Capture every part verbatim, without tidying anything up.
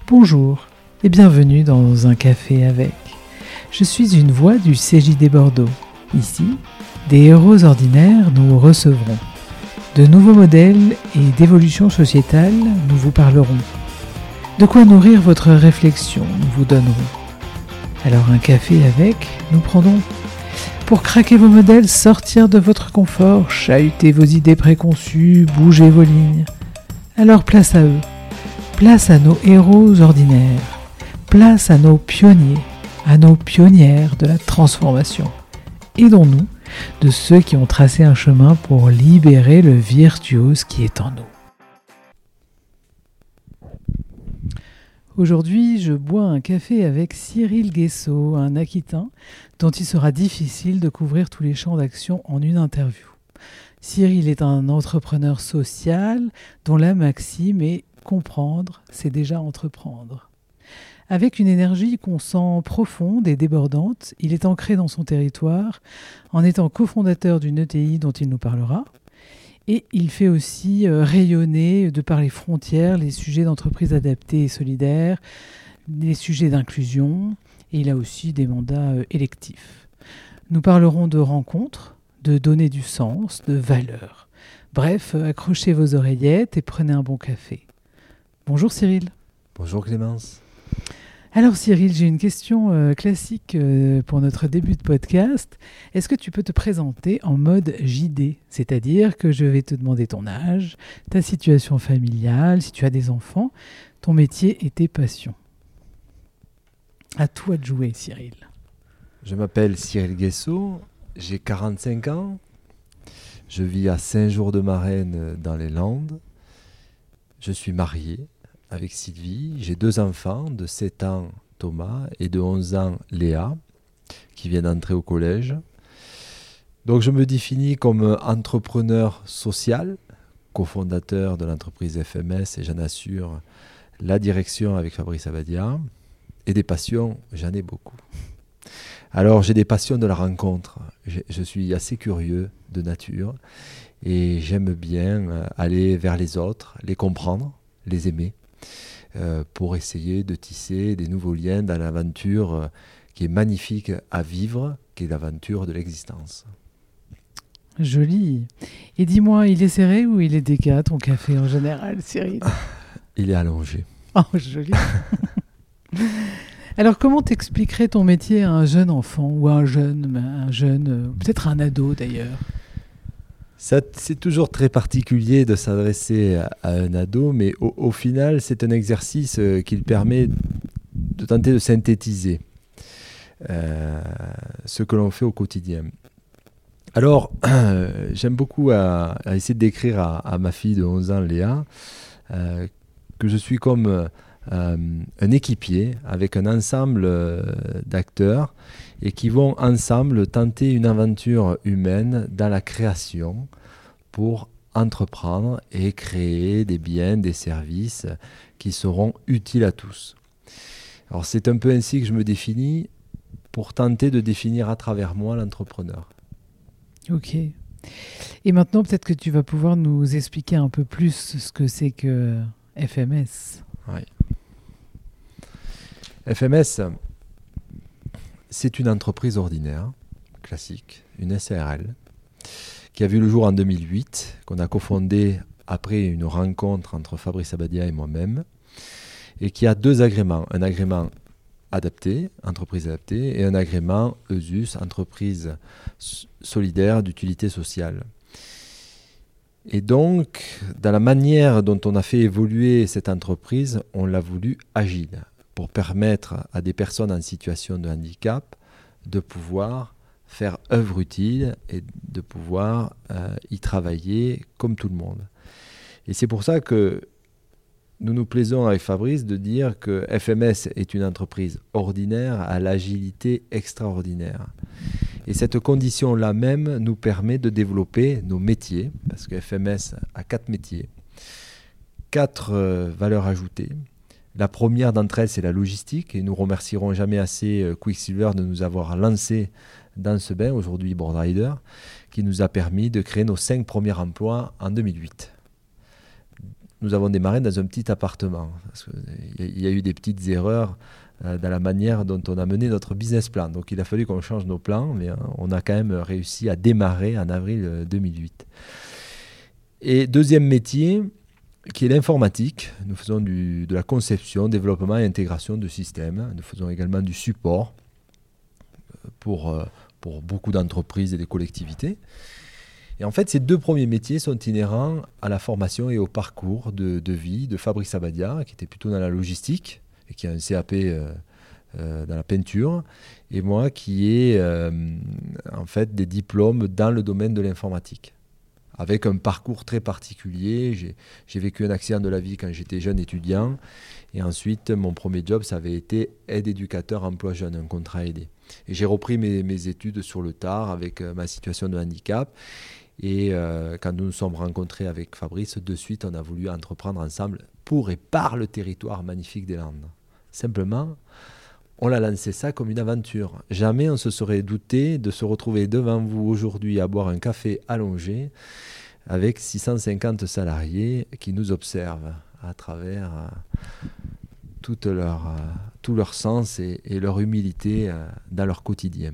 Bonjour et bienvenue dans Un café avec. Je suis une voix du C J D Bordeaux. Ici, des héros ordinaires nous recevront. De nouveaux modèles et d'évolution sociétale, nous vous parlerons. De quoi nourrir votre réflexion, nous vous donnerons. Alors un café avec, nous prendrons. Pour craquer vos modèles, sortir de votre confort, chahuter vos idées préconçues, bouger vos lignes. Alors place à eux, place à nos héros ordinaires, place à nos pionniers, à nos pionnières de la transformation. Aidons-nous de ceux qui ont tracé un chemin pour libérer le virtuose qui est en nous. Aujourd'hui, je bois un café avec Cyril Guessot, un Aquitain dont il sera difficile de couvrir tous les champs d'action en une interview. Cyril est un entrepreneur social dont la maxime est « comprendre, c'est déjà entreprendre ». Avec une énergie qu'on sent profonde et débordante, il est ancré dans son territoire en étant cofondateur d'une E T I dont il nous parlera. Et il fait aussi euh, rayonner de par les frontières les sujets d'entreprise adaptée et solidaire, les sujets d'inclusion, et il a aussi des mandats euh, électifs. Nous parlerons de rencontres, de donner du sens, de valeurs. Bref, euh, accrochez vos oreillettes et prenez un bon café. Bonjour Cyril. Bonjour Clémence. Alors Cyril, j'ai une question euh, classique euh, pour notre début de podcast. Est-ce que tu peux te présenter en mode J D ? C'est-à-dire que je vais te demander ton âge, ta situation familiale, si tu as des enfants, ton métier et tes passions. À toi de jouer Cyril. Je m'appelle Cyril Guessot, j'ai quarante-cinq ans, je vis à Saint-Jour-de-Marraine dans les Landes, je suis marié avec Sylvie. J'ai deux enfants de sept ans, Thomas, et de onze ans, Léa, qui viennent d'entrer au collège. Donc je me définis comme entrepreneur social, cofondateur de l'entreprise F M S, et j'en assure la direction avec Fabrice Abadia. Et des passions, j'en ai beaucoup. Alors j'ai des passions de la rencontre. Je, je suis assez curieux de nature et j'aime bien aller vers les autres, les comprendre, les aimer. Euh, pour essayer de tisser des nouveaux liens dans l'aventure euh, qui est magnifique à vivre, qui est l'aventure de l'existence. Joli. Et dis-moi, il est serré ou il est déca ton café en général, Cyril ? Il est allongé. Oh, joli. Alors, comment t'expliquerais ton métier à un jeune enfant ou à un jeune, un jeune, euh, peut-être un ado d'ailleurs ? Ça, c'est toujours très particulier de s'adresser à, à un ado, mais au, au final, c'est un exercice euh, qui permet de tenter de synthétiser euh, ce que l'on fait au quotidien. Alors, euh, j'aime beaucoup à, à essayer de décrire à, à ma fille de onze ans, Léa, euh, que je suis comme euh, un équipier avec un ensemble euh, d'acteurs et qui vont ensemble tenter une aventure humaine dans la création pour entreprendre et créer des biens, des services qui seront utiles à tous. Alors c'est un peu ainsi que je me définis pour tenter de définir à travers moi l'entrepreneur. Ok. Et maintenant, peut-être que tu vas pouvoir nous expliquer un peu plus ce que c'est que F M S. Oui. F M S, c'est une entreprise ordinaire, classique, une S A R L, qui a vu le jour en deux mille huit, qu'on a cofondée après une rencontre entre Fabrice Abadia et moi-même, et qui a deux agréments. Un agrément adapté, entreprise adaptée, et un agrément E S U S, entreprise solidaire d'utilité sociale. Et donc, dans la manière dont on a fait évoluer cette entreprise, on l'a voulu agile, pour permettre à des personnes en situation de handicap de pouvoir faire œuvre utile et de pouvoir euh, y travailler comme tout le monde. Et c'est pour ça que nous nous plaisons avec Fabrice de dire que F M S est une entreprise ordinaire à l'agilité extraordinaire. Et cette condition-là même nous permet de développer nos métiers, parce que F M S a quatre métiers, quatre euh, valeurs ajoutées. La première d'entre elles, c'est la logistique, et nous remercierons jamais assez euh, Quicksilver de nous avoir lancé dans ce bain, aujourd'hui Boardrider, qui nous a permis de créer nos cinq premiers emplois en deux mille huit. nous avons démarré dans un petit appartement. Il y a eu des petites erreurs euh, dans la manière dont on a mené notre business plan. Donc il a fallu qu'on change nos plans, mais euh, on a quand même réussi à démarrer en avril deux mille huit. Et deuxième métier, qui est l'informatique. Nous faisons du, de la conception, développement et intégration de systèmes. Nous faisons également du support pour, euh, pour beaucoup d'entreprises et des collectivités. Et en fait, ces deux premiers métiers sont inhérents à la formation et au parcours de, de vie de Fabrice Abadia, qui était plutôt dans la logistique et qui a un C A P euh, euh, dans la peinture, et moi qui ai euh, en fait des diplômes dans le domaine de l'informatique, avec un parcours très particulier. J'ai, j'ai vécu un accident de la vie quand j'étais jeune étudiant, et ensuite mon premier job, ça avait été aide éducateur emploi jeune, un contrat aidé. Et j'ai repris mes, mes études sur le tard avec euh, ma situation de handicap. Et euh, quand nous nous sommes rencontrés avec Fabrice, de suite, on a voulu entreprendre ensemble pour et par le territoire magnifique des Landes. Simplement, on l'a lancé ça comme une aventure. Jamais on se serait douté de se retrouver devant vous aujourd'hui à boire un café allongé avec six cent cinquante salariés qui nous observent à travers euh, toute leur, euh, tout leur sens et, et leur humilité euh, dans leur quotidien.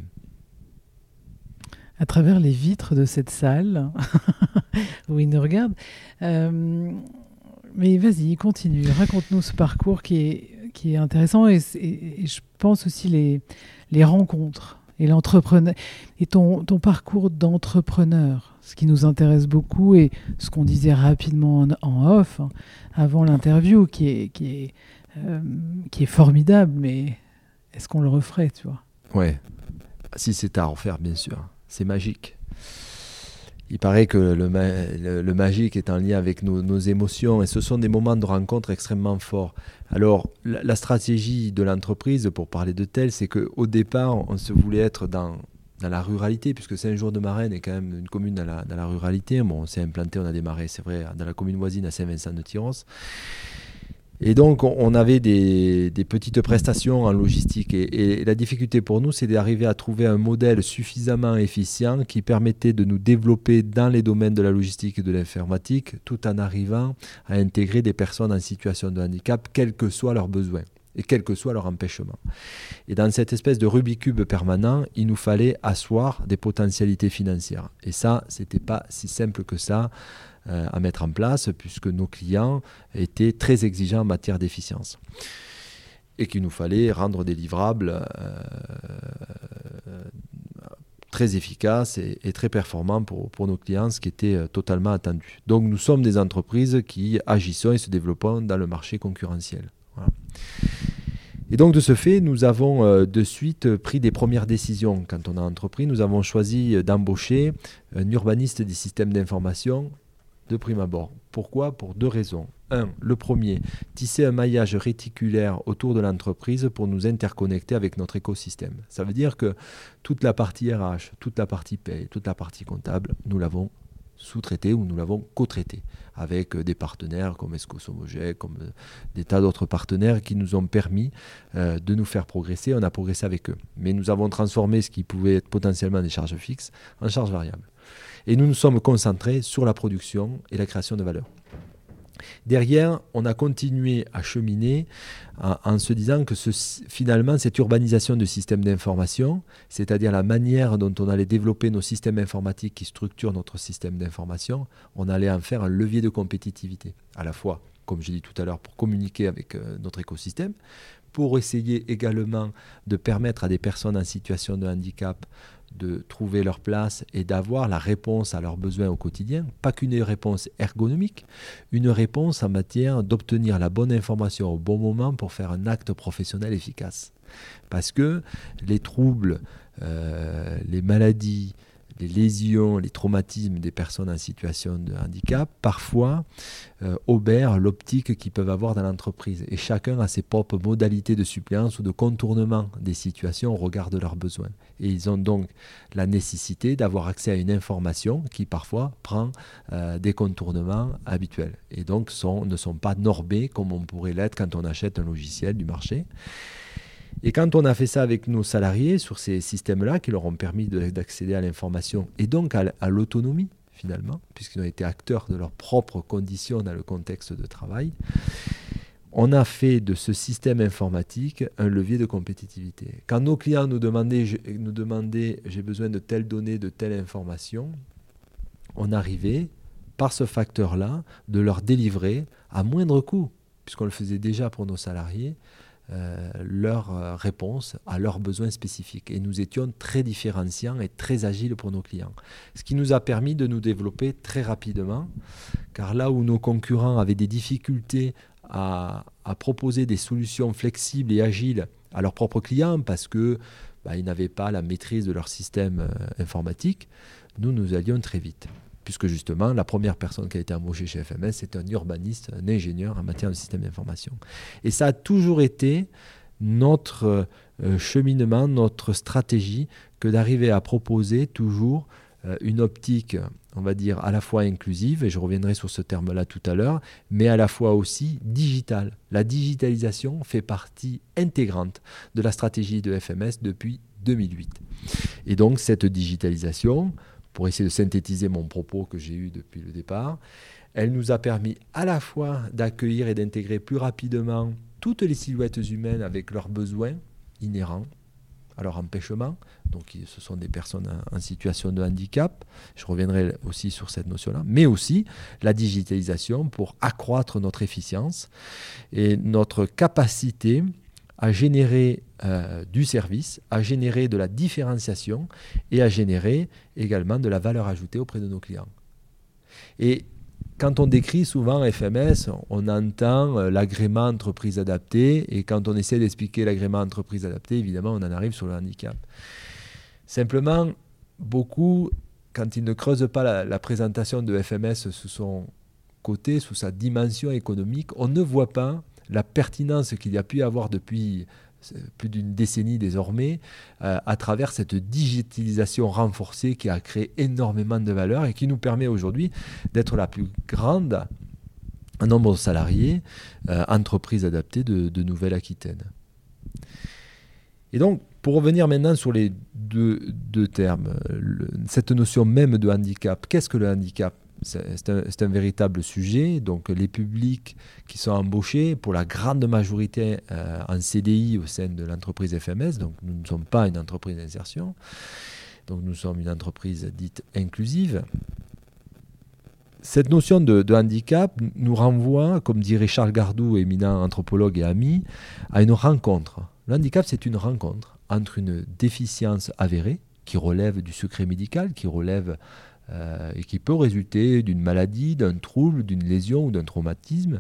À travers les vitres de cette salle où ils nous regardent. Euh, mais vas-y, continue. Raconte-nous ce parcours qui est, qui est intéressant et, et, et je pense aussi les, les rencontres et l'entrepreneur et ton, ton parcours d'entrepreneur, ce qui nous intéresse beaucoup et ce qu'on disait rapidement en, en off hein, avant l'interview, qui est, qui est, euh, qui est formidable, mais est-ce qu'on le referait, tu vois ? Ouais, si c'est à refaire, bien sûr. C'est magique. Il paraît que le, le, le magique est en lien avec nos, nos émotions et ce sont des moments de rencontre extrêmement forts. Alors, la, la stratégie de l'entreprise, pour parler de telle, c'est qu'au départ, on se voulait être dans, dans la ruralité, puisque Saint-Jean-de-Marennes est quand même une commune dans la, dans la ruralité. Bon, on s'est implanté, on a démarré, c'est vrai, dans la commune voisine à Saint-Vincent-de-Tyrosse. Et donc, on avait des, des petites prestations en logistique. Et, et la difficulté pour nous, c'est d'arriver à trouver un modèle suffisamment efficient qui permettait de nous développer dans les domaines de la logistique et de l'informatique, tout en arrivant à intégrer des personnes en situation de handicap, quels que soient leurs besoins et quel que soit leur empêchement. Et dans cette espèce de Rubik's Cube permanent, il nous fallait asseoir des potentialités financières. Et ça, ce n'était pas si simple que ça euh, à mettre en place, puisque nos clients étaient très exigeants en matière d'efficience. Et qu'il nous fallait rendre des livrables euh, très efficaces et, et très performants pour, pour nos clients, ce qui était euh, totalement attendu. Donc nous sommes des entreprises qui agissons et se développons dans le marché concurrentiel. Voilà. Et donc de ce fait, nous avons euh, de suite pris des premières décisions. Quand on a entrepris, nous avons choisi d'embaucher un urbaniste des systèmes d'information de prime abord. Pourquoi ? Pour deux raisons. Un, le premier, tisser un maillage réticulaire autour de l'entreprise pour nous interconnecter avec notre écosystème. Ça veut dire que toute la partie R H, toute la partie paye, toute la partie comptable, nous l'avons sous-traité ou nous l'avons co-traité avec des partenaires comme Escosomogec, comme des tas d'autres partenaires qui nous ont permis euh, de nous faire progresser. On a progressé avec eux. Mais nous avons transformé ce qui pouvait être potentiellement des charges fixes en charges variables. Et nous nous sommes concentrés sur la production et la création de valeur. Derrière, on a continué à cheminer en, en se disant que ce, finalement, cette urbanisation de systèmes d'information, c'est-à-dire la manière dont on allait développer nos systèmes informatiques qui structurent notre système d'information, on allait en faire un levier de compétitivité. À la fois, comme j'ai dit tout à l'heure, pour communiquer avec euh, notre écosystème, pour essayer également de permettre à des personnes en situation de handicap de trouver leur place et d'avoir la réponse à leurs besoins au quotidien, pas qu'une réponse ergonomique, une réponse en matière d'obtenir la bonne information au bon moment pour faire un acte professionnel efficace. Parce que les troubles, euh, les maladies, les lésions, les traumatismes des personnes en situation de handicap, parfois euh, obèrent l'optique qu'ils peuvent avoir dans l'entreprise. Et chacun a ses propres modalités de suppléance ou de contournement des situations au regard de leurs besoins. Et ils ont donc la nécessité d'avoir accès à une information qui parfois prend euh, des contournements habituels. Et donc sont, ne sont pas normés comme on pourrait l'être quand on achète un logiciel du marché. Et quand on a fait ça avec nos salariés sur ces systèmes-là qui leur ont permis de, d'accéder à l'information et donc à, à l'autonomie finalement, puisqu'ils ont été acteurs de leurs propres conditions dans le contexte de travail. On a fait de ce système informatique un levier de compétitivité. Quand nos clients nous demandaient, nous demandaient « j'ai besoin de telles données, de telle information », on arrivait, par ce facteur-là, de leur délivrer à moindre coût, puisqu'on le faisait déjà pour nos salariés, euh, leur euh, réponse à leurs besoins spécifiques. Et nous étions très différenciants et très agiles pour nos clients. Ce qui nous a permis de nous développer très rapidement, car là où nos concurrents avaient des difficultés à, à proposer des solutions flexibles et agiles à leurs propres clients, parce que bah, ils n'avaient pas la maîtrise de leur système euh, informatique, nous, nous allions très vite. Puisque justement, la première personne qui a été embauchée chez F M S, c'est un urbaniste, un ingénieur en matière de système d'information. Et ça a toujours été notre euh, cheminement, notre stratégie, que d'arriver à proposer toujours euh, une optique, on va dire, à la fois inclusive, et je reviendrai sur ce terme-là tout à l'heure, mais à la fois aussi digitale. La digitalisation fait partie intégrante de la stratégie de F M S depuis deux mille huit. Et donc, cette digitalisation, pour essayer de synthétiser mon propos que j'ai eu depuis le départ, elle nous a permis à la fois d'accueillir et d'intégrer plus rapidement toutes les silhouettes humaines avec leurs besoins inhérents à leur empêchement. Donc ce sont des personnes en situation de handicap, je reviendrai aussi sur cette notion-là, mais aussi la digitalisation pour accroître notre efficience et notre capacité à générer euh, du service, à générer de la différenciation et à générer également de la valeur ajoutée auprès de nos clients. Et quand on décrit souvent F M S, on entend euh, l'agrément entreprise adaptée, et quand on essaie d'expliquer l'agrément entreprise adaptée, évidemment, on en arrive sur le handicap. Simplement, beaucoup, quand ils ne creusent pas la, la présentation de F M S sous son côté, sous sa dimension économique, on ne voit pas la pertinence qu'il y a pu avoir depuis plus d'une décennie désormais, euh, à travers cette digitalisation renforcée qui a créé énormément de valeur et qui nous permet aujourd'hui d'être la plus grande en nombre de salariés, euh, entreprise adaptée de, de Nouvelle-Aquitaine. Et donc, pour revenir maintenant sur les deux, deux termes, le, cette notion même de handicap, qu'est-ce que le handicap ? C'est un, c'est un véritable sujet. Donc, les publics qui sont embauchés, pour la grande majorité euh, en C D I au sein de l'entreprise F M S, donc nous ne sommes pas une entreprise d'insertion, donc nous sommes une entreprise dite inclusive. Cette notion de, de handicap nous renvoie, comme dirait Charles Gardou, éminent anthropologue et ami, à une rencontre. Le handicap, c'est une rencontre entre une déficience avérée qui relève du secret médical, qui relève Euh, et qui peut résulter d'une maladie, d'un trouble, d'une lésion ou d'un traumatisme.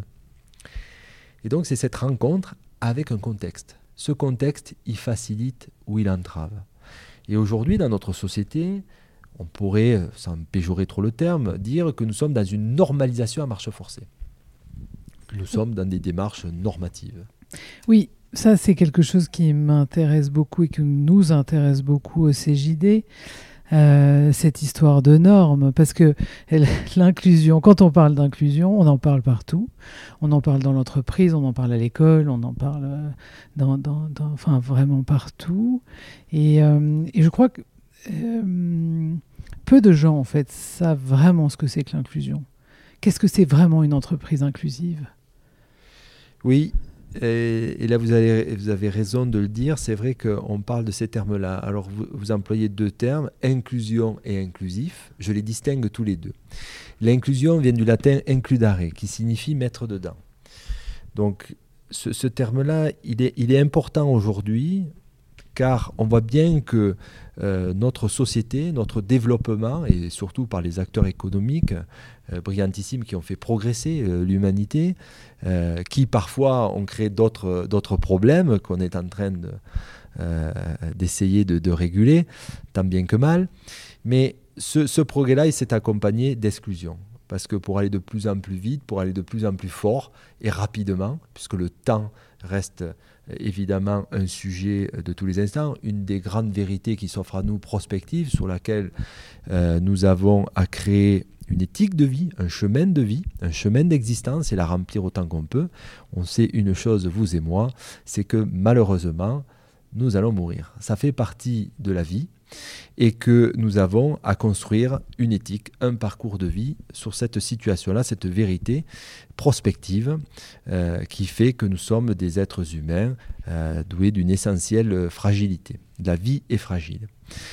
Et donc c'est cette rencontre avec un contexte. Ce contexte, il facilite ou il entrave. Et aujourd'hui, dans notre société, on pourrait, sans péjorer trop le terme, dire que nous sommes dans une normalisation à marche forcée. Nous sommes dans des démarches normatives. Oui, ça c'est quelque chose qui m'intéresse beaucoup et qui nous intéresse beaucoup au C J D. Euh, cette histoire de normes, parce que elle, l'inclusion, quand on parle d'inclusion, on en parle partout, on en parle dans l'entreprise, on en parle à l'école, on en parle dans, dans, dans, enfin vraiment partout, et, euh, et je crois que euh, peu de gens en fait savent vraiment ce que c'est que l'inclusion. Qu'est-ce que c'est vraiment une entreprise inclusive ? Oui. Et, et là, vous avez, vous avez raison de le dire, c'est vrai qu'on parle de ces termes-là. Alors, vous, vous employez deux termes, inclusion et inclusif. Je les distingue tous les deux. L'inclusion vient du latin includare, qui signifie mettre dedans. Donc, ce, ce terme-là, il est, il est important aujourd'hui, car on voit bien que euh, notre société, notre développement, et surtout par les acteurs économiques euh, brillantissimes qui ont fait progresser euh, l'humanité, euh, qui parfois ont créé d'autres, d'autres problèmes qu'on est en train de, euh, d'essayer de, de réguler, tant bien que mal. Mais ce, ce progrès-là, il s'est accompagné d'exclusion. Parce que pour aller de plus en plus vite, pour aller de plus en plus fort et rapidement, puisque le temps reste évidemment un sujet de tous les instants, une des grandes vérités qui s'offre à nous prospectives, sur laquelle euh, nous avons à créer une éthique de vie, un chemin de vie, un chemin d'existence et la remplir autant qu'on peut. On sait une chose, vous et moi, c'est que malheureusement, nous allons mourir. Ça fait partie de la vie et que nous avons à construire une éthique, un parcours de vie sur cette situation-là, cette vérité prospective euh, qui fait que nous sommes des êtres humains euh, doués d'une essentielle fragilité. La vie est fragile.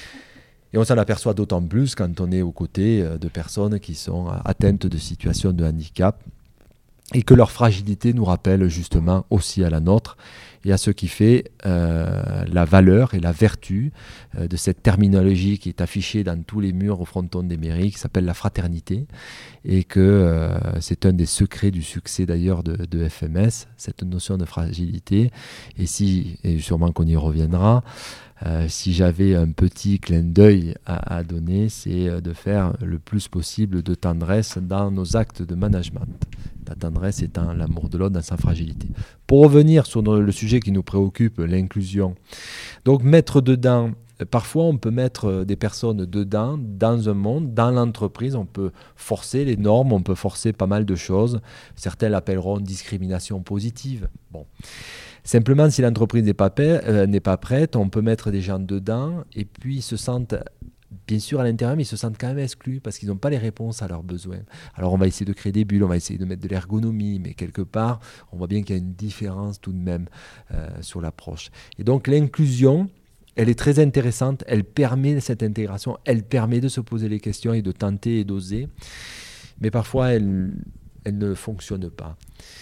Et on s'en aperçoit d'autant plus quand on est aux côtés de personnes qui sont atteintes de situations de handicap et que leur fragilité nous rappelle justement aussi à la nôtre et à ce qui fait euh, la valeur et la vertu euh, de cette terminologie qui est affichée dans tous les murs au fronton des mairies, qui s'appelle la fraternité, et que euh, c'est un des secrets du succès d'ailleurs de, de F M S, cette notion de fragilité, et, si, et sûrement qu'on y reviendra. Euh, si j'avais un petit clin d'œil à, à donner, c'est de faire le plus possible de tendresse dans nos actes de management. La tendresse étant l'amour de l'autre dans sa fragilité. Pour revenir sur le sujet qui nous préoccupe, l'inclusion. Donc mettre dedans, parfois on peut mettre des personnes dedans, dans un monde, dans l'entreprise, on peut forcer les normes, on peut forcer pas mal de choses. Certains l'appelleront discrimination positive. Bon. Simplement, si l'entreprise n'est pas, euh, n'est pas prête, on peut mettre des gens dedans et puis ils se sentent, bien sûr à l'intérieur, mais ils se sentent quand même exclus parce qu'ils n'ont pas les réponses à leurs besoins. Alors on va essayer de créer des bulles, on va essayer de mettre de l'ergonomie, mais quelque part, on voit bien qu'il y a une différence tout de même euh, sur l'approche. Et donc l'inclusion, elle est très intéressante, elle permet cette intégration, elle permet de se poser les questions et de tenter et d'oser, mais parfois elle, elle ne fonctionne pas.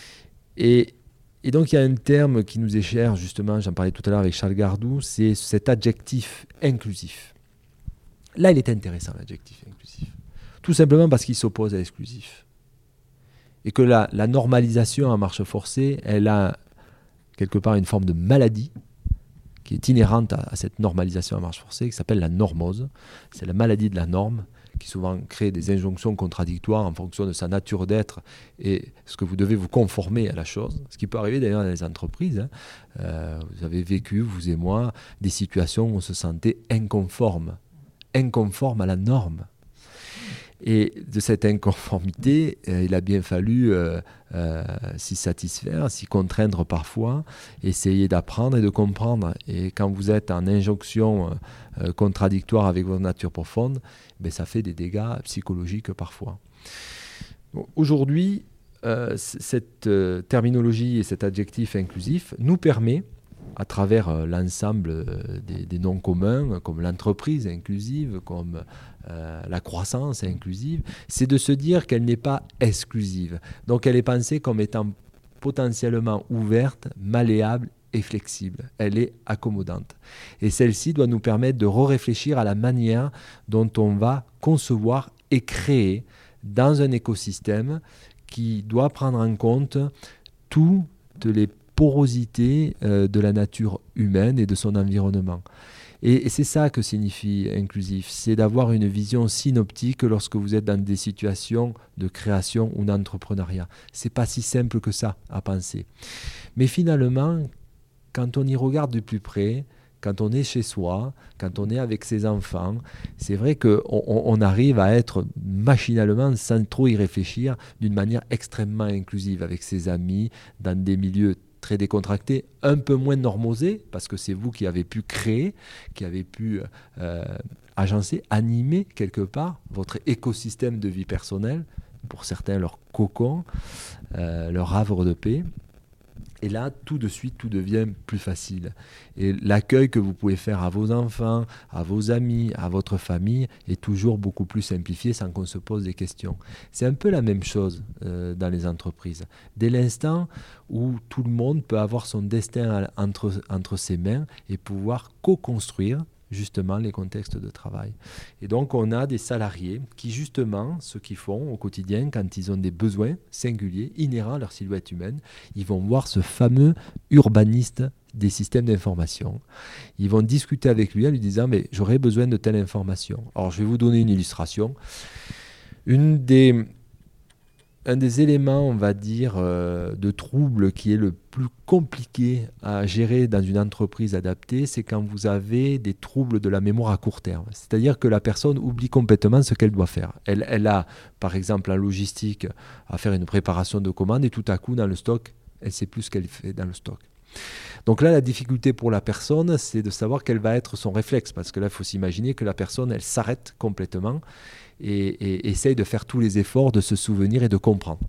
Et Et donc, il y a un terme qui nous est cher, justement, j'en parlais tout à l'heure avec Charles Gardou, c'est cet adjectif inclusif. Là, il est intéressant, l'adjectif inclusif. Tout simplement parce qu'il s'oppose à l'exclusif. Et que la, la normalisation en marche forcée, elle a quelque part une forme de maladie qui est inhérente à, à cette normalisation en marche forcée, qui s'appelle la normose. C'est la maladie de la norme, qui souvent crée des injonctions contradictoires en fonction de sa nature d'être et ce que vous devez vous conformer à la chose. Ce qui peut arriver d'ailleurs dans les entreprises. Hein. Euh, vous avez vécu, vous et moi, des situations où on se sentait inconforme, inconforme à la norme. Et de cette inconformité, euh, il a bien fallu euh, euh, s'y satisfaire, s'y contraindre parfois, essayer d'apprendre et de comprendre. Et quand vous êtes en injonction euh, contradictoire avec votre nature profonde, ben, ça fait des dégâts psychologiques parfois. Bon, aujourd'hui, euh, c- cette euh, terminologie et cet adjectif inclusif nous permet, à travers euh, l'ensemble euh, des, des noms communs, comme l'entreprise inclusive, comme euh, la croissance inclusive, c'est de se dire qu'elle n'est pas exclusive. Donc elle est pensée comme étant potentiellement ouverte, malléable et flexible. Elle est accommodante. Et celle-ci doit nous permettre de réfléchir à la manière dont on va concevoir et créer dans un écosystème qui doit prendre en compte toutes les porosité euh, de la nature humaine et de son environnement. Et, et c'est ça que signifie inclusif, c'est d'avoir une vision synoptique lorsque vous êtes dans des situations de création ou d'entrepreneuriat. C'est pas si simple que ça à penser. Mais finalement, quand on y regarde de plus près, quand on est chez soi, quand on est avec ses enfants, c'est vrai qu'on on arrive à être machinalement, sans trop y réfléchir, d'une manière extrêmement inclusive avec ses amis, dans des milieux très décontracté, un peu moins normosé, parce que c'est vous qui avez pu créer, qui avez pu euh, agencer, animer quelque part votre écosystème de vie personnelle, pour certains leur cocon, euh, leur havre de paix. Et là, tout de suite, tout devient plus facile. Et l'accueil que vous pouvez faire à vos enfants, à vos amis, à votre famille est toujours beaucoup plus simplifié sans qu'on se pose des questions. C'est un peu la même chose euh, dans les entreprises. Dès l'instant où tout le monde peut avoir son destin à, entre, entre ses mains et pouvoir co-construire justement les contextes de travail. Et donc on a des salariés qui justement, ce qu'ils font au quotidien quand ils ont des besoins singuliers, inhérents à leur silhouette humaine, ils vont voir ce fameux urbaniste des systèmes d'information. Ils vont discuter avec lui en lui disant mais j'aurais besoin de telle information. Alors je vais vous donner une illustration. Une des Un des éléments, on va dire, euh, de trouble qui est le plus compliqué à gérer dans une entreprise adaptée, c'est quand vous avez des troubles de la mémoire à court terme. C'est-à-dire que la personne oublie complètement ce qu'elle doit faire. Elle, elle a, par exemple, en logistique, à faire une préparation de commande et tout à coup, dans le stock, elle ne sait plus ce qu'elle fait dans le stock. Donc là, la difficulté pour la personne, c'est de savoir quel va être son réflexe, parce que là, il faut s'imaginer que la personne, elle s'arrête complètement et, et essaye de faire tous les efforts de se souvenir et de comprendre.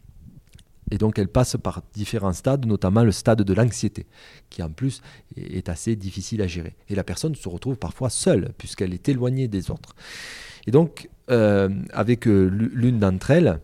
Et donc, elle passe par différents stades, notamment le stade de l'anxiété, qui en plus est assez difficile à gérer. Et la personne se retrouve parfois seule, puisqu'elle est éloignée des autres. Et donc, euh, avec euh, l'une d'entre elles,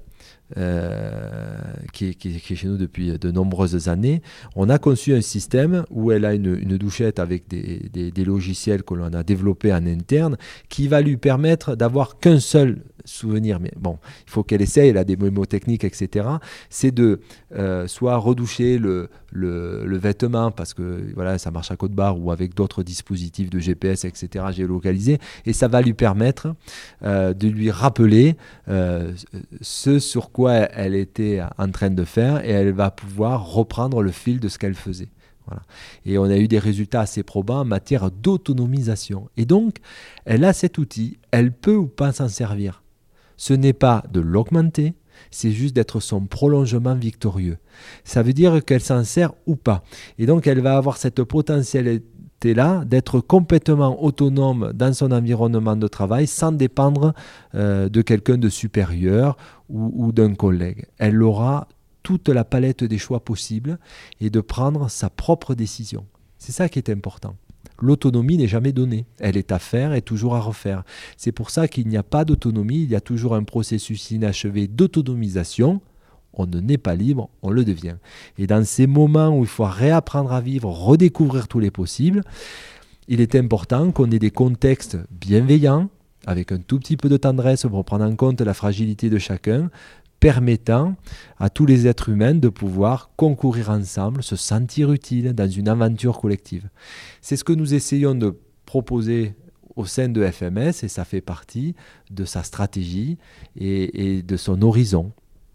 euh, qui, est, qui, est, qui est chez nous depuis de nombreuses années, on a conçu un système où elle a une, une douchette avec des, des, des logiciels que l'on a développés en interne, qui va lui permettre d'avoir qu'un seul souvenir, mais bon, il faut qu'elle essaye, elle a des mémotechniques, et cetera. C'est de euh, soit redoucher le, le, le vêtement, parce que voilà, ça marche à code barre ou avec d'autres dispositifs de G P S, et cetera, géolocalisés, et ça va lui permettre euh, de lui rappeler euh, ce sur quoi elle était en train de faire, et elle va pouvoir reprendre le fil de ce qu'elle faisait. Voilà. Et on a eu des résultats assez probants en matière d'autonomisation. Et donc, elle a cet outil, elle peut ou pas s'en servir. Ce n'est pas de l'augmenter, c'est juste d'être son prolongement victorieux. Ça veut dire qu'elle s'en sert ou pas. Et donc, elle va avoir cette potentialité-là d'être complètement autonome dans son environnement de travail sans dépendre euh, de quelqu'un de supérieur ou, ou d'un collègue. Elle aura toute la palette des choix possibles et de prendre sa propre décision. C'est ça qui est important. L'autonomie n'est jamais donnée. Elle est à faire et toujours à refaire. C'est pour ça qu'il n'y a pas d'autonomie, il y a toujours un processus inachevé d'autonomisation. On ne naît pas libre, on le devient. Et dans ces moments où il faut réapprendre à vivre, redécouvrir tous les possibles, il est important qu'on ait des contextes bienveillants, avec un tout petit peu de tendresse pour prendre en compte la fragilité de chacun, permettant à tous les êtres humains de pouvoir concourir ensemble, se sentir utiles dans une aventure collective. C'est ce que nous essayons de proposer au sein de F M S et ça fait partie de sa stratégie et, et de son horizon.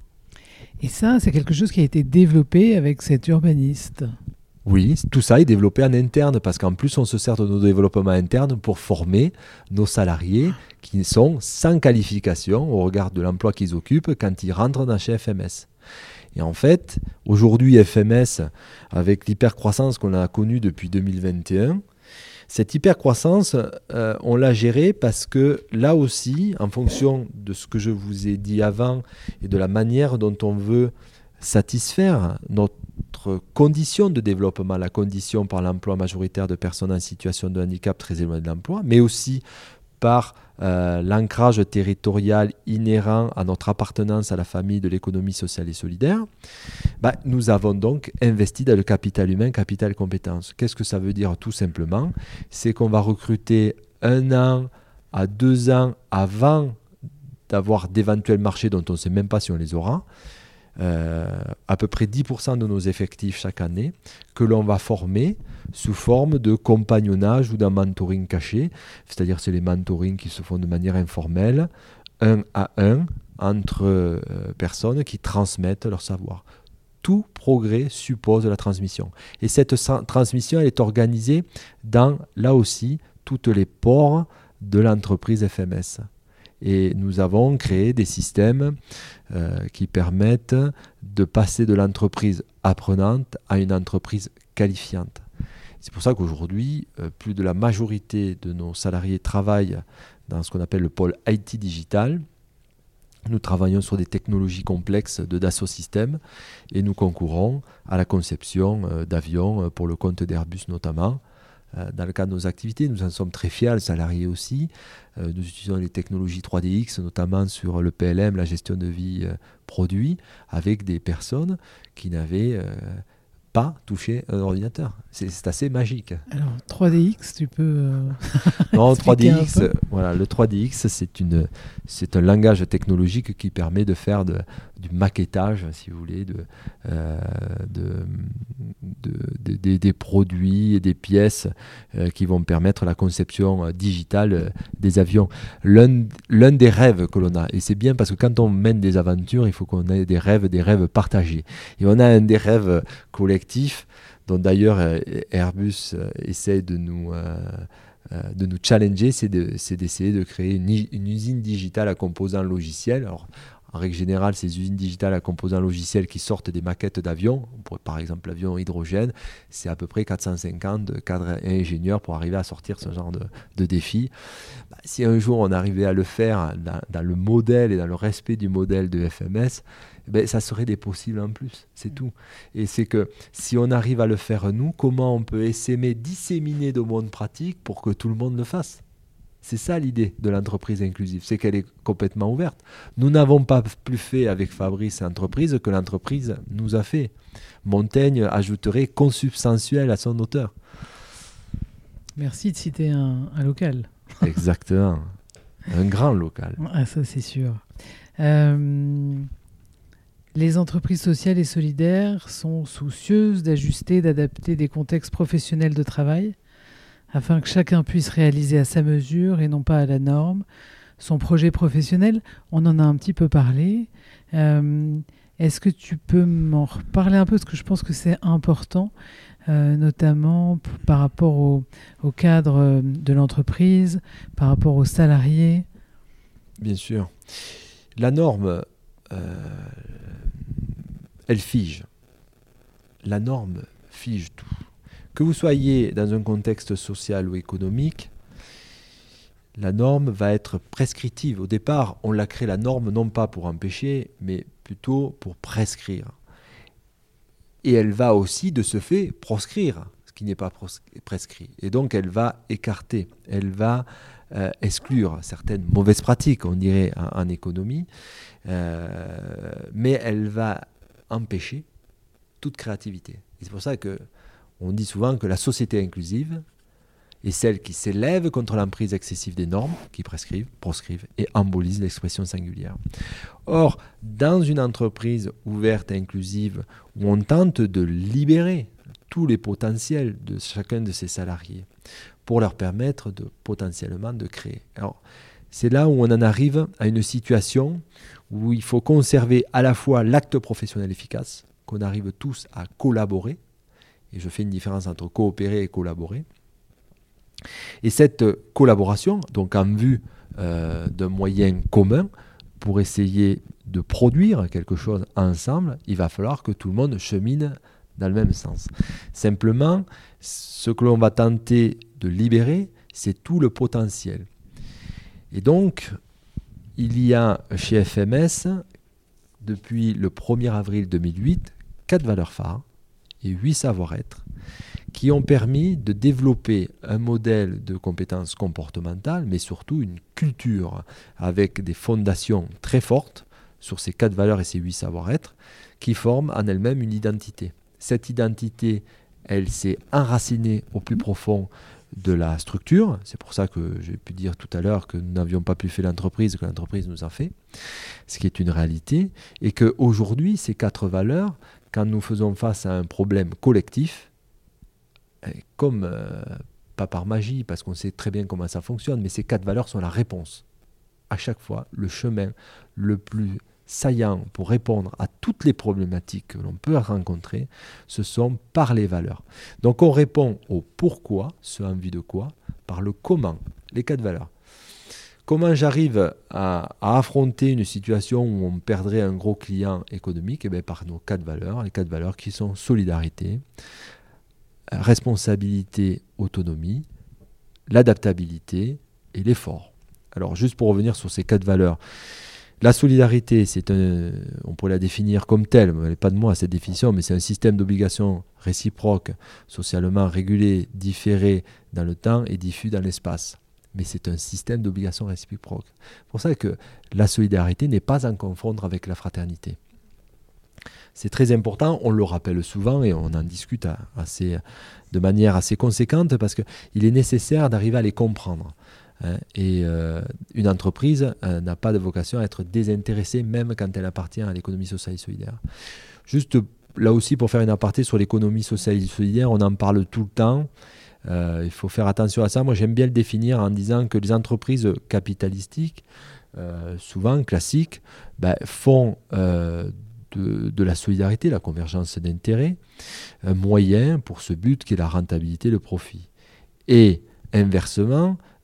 Et ça, c'est quelque chose qui a été développé avec cet urbaniste. Oui, tout ça est développé en interne parce qu'en plus, on se sert de nos développements internes pour former nos salariés qui sont sans qualification au regard de l'emploi qu'ils occupent quand ils rentrent dans chez F M S. Et en fait, aujourd'hui, F M S, avec l'hypercroissance qu'on a connue depuis deux mille vingt et un, cette hypercroissance, euh, on l'a gérée parce que là aussi, en fonction de ce que je vous ai dit avant et de la manière dont on veut satisfaire notre condition de développement, la condition par l'emploi majoritaire de personnes en situation de handicap très éloignées de l'emploi, mais aussi par euh, l'ancrage territorial inhérent à notre appartenance à la famille de l'économie sociale et solidaire, bah, nous avons donc investi dans le capital humain, capital compétences. Qu'est-ce que ça veut dire tout simplement? C'est qu'on va recruter un an à deux ans avant d'avoir d'éventuels marchés dont on ne sait même pas si on les aura, Euh, à peu près dix pour cent de nos effectifs chaque année que l'on va former sous forme de compagnonnage ou d'un mentoring caché, c'est-à-dire c'est les mentorings qui se font de manière informelle, un à un, entre euh, personnes qui transmettent leur savoir. Tout progrès suppose la transmission. Et cette sa- transmission, elle est organisée dans, là aussi, toutes les pores de l'entreprise F M S. Et nous avons créé des systèmes euh, qui permettent de passer de l'entreprise apprenante à une entreprise qualifiante. C'est pour ça qu'aujourd'hui, euh, plus de la majorité de nos salariés travaillent dans ce qu'on appelle le pôle I T digital. Nous travaillons sur des technologies complexes de Dassault Systèmes et nous concourons à la conception euh, d'avions euh, pour le compte d'Airbus notamment. Dans le cadre de nos activités, nous en sommes très fiers, les salariés aussi. Euh, nous utilisons les technologies trois D X, notamment sur le P L M, la gestion de vie euh, produit, avec des personnes qui n'avaient euh, pas touché un ordinateur. C'est, c'est assez magique. Alors, trois D X, tu peux... Euh... non, trois D X, voilà, le trois D X, c'est, une, c'est un langage technologique qui permet de faire de, du maquettage, si vous voulez, de, euh, de, de, de, de, des produits et des pièces euh, qui vont permettre la conception euh, digitale euh, des avions. L'un, l'un des rêves que l'on a, et c'est bien parce que quand on mène des aventures, il faut qu'on ait des rêves, des rêves partagés. Et on a un des rêves collectifs, dont d'ailleurs euh, Airbus euh, essaie de nous... Euh, de nous challenger, c'est, de, c'est d'essayer de créer une, une usine digitale à composants logiciels. Alors, En règle générale, ces usines digitales à composants logiciels qui sortent des maquettes d'avions, par exemple l'avion hydrogène, c'est à peu près quatre cent cinquante cadres et ingénieurs pour arriver à sortir ce genre de, de défi. Bah, si un jour on arrivait à le faire dans, dans le modèle et dans le respect du modèle de F M S, ben, ça serait des possibles en plus, c'est tout. Et c'est que si on arrive à le faire nous, comment on peut essaimer, disséminer de bonnes pratiques pour que tout le monde le fasse ? C'est ça l'idée de l'entreprise inclusive, c'est qu'elle est complètement ouverte. Nous n'avons pas plus fait avec Fabrice l'entreprise que l'entreprise nous a fait. Montaigne ajouterait consubstantiel à son auteur. Merci de citer un, un local. Exactement, un grand local. Ah, ça c'est sûr. Euh, les entreprises sociales et solidaires sont soucieuses d'ajuster, d'adapter des contextes professionnels de travail afin que chacun puisse réaliser à sa mesure et non pas à la norme son projet professionnel. On en a un petit peu parlé. Euh, est-ce que tu peux m'en reparler un peu, parce que je pense que c'est important, euh, notamment p- par rapport au, au cadre de l'entreprise, par rapport aux salariés. Bien sûr. La norme, euh, elle fige. La norme fige tout. Que vous soyez dans un contexte social ou économique, la norme va être prescriptive. Au départ, on l'a créé la norme non pas pour empêcher, mais plutôt pour prescrire. Et elle va aussi, de ce fait, proscrire ce qui n'est pas pros- prescrit. Et donc, elle va écarter, elle va euh, exclure certaines mauvaises pratiques, on dirait en, en économie, euh, mais elle va empêcher toute créativité. Et c'est pour ça que on dit souvent que la société inclusive est celle qui s'élève contre l'emprise excessive des normes, qui prescrivent, proscrivent et embolisent l'expression singulière. Or, dans une entreprise ouverte et inclusive, où on tente de libérer tous les potentiels de chacun de ses salariés pour leur permettre de potentiellement de créer. Alors, c'est là où on en arrive à une situation où il faut conserver à la fois l'acte professionnel efficace, qu'on arrive tous à collaborer, et je fais une différence entre coopérer et collaborer. Et cette collaboration, donc en vue euh, d'un moyen commun, pour essayer de produire quelque chose ensemble, il va falloir que tout le monde chemine dans le même sens. Simplement, ce que l'on va tenter de libérer, c'est tout le potentiel. Et donc, il y a chez F M S, depuis le premier avril deux mille huit, quatre valeurs phares et huit savoir-être qui ont permis de développer un modèle de compétences comportementales, mais surtout une culture avec des fondations très fortes sur ces quatre valeurs et ces huit savoir-être qui forment en elles-mêmes une identité. Cette identité, elle s'est enracinée au plus profond de la structure. C'est pour ça que j'ai pu dire tout à l'heure que nous n'avions pas pu faire l'entreprise, que l'entreprise nous a fait, ce qui est une réalité, et qu'aujourd'hui, ces quatre valeurs, quand nous faisons face à un problème collectif, comme, euh, pas par magie, parce qu'on sait très bien comment ça fonctionne, mais ces quatre valeurs sont la réponse. À chaque fois, le chemin le plus saillant pour répondre à toutes les problématiques que l'on peut rencontrer, ce sont par les valeurs. Donc on répond au pourquoi, ce en vue de quoi, par le comment, les quatre valeurs. Comment j'arrive à, à affronter une situation où on perdrait un gros client économique? Eh bien, par nos quatre valeurs, les quatre valeurs qui sont solidarité, responsabilité, autonomie, l'adaptabilité et l'effort. Alors juste pour revenir sur ces quatre valeurs, la solidarité, c'est un, on pourrait la définir comme telle, elle n'est pas de moi cette définition, mais c'est un système d'obligations réciproques, socialement régulé, différé dans le temps et diffus dans l'espace. Mais c'est un système d'obligations réciproques. C'est pour ça que la solidarité n'est pas à confondre avec la fraternité. C'est très important, on le rappelle souvent et on en discute assez, de manière assez conséquente parce qu'il est nécessaire d'arriver à les comprendre. Hein, et euh, une entreprise euh, n'a pas de vocation à être désintéressée même quand elle appartient à l'économie sociale et solidaire. Juste là aussi pour faire une aparté sur l'économie sociale et solidaire, on en parle tout le temps. Euh, il faut faire attention à ça. Moi j'aime bien le définir en disant que les entreprises capitalistiques, euh, souvent classiques, ben, font euh, de, de la solidarité, la convergence d'intérêts, un moyen pour ce but qui est la rentabilité, le profit. Et inversement,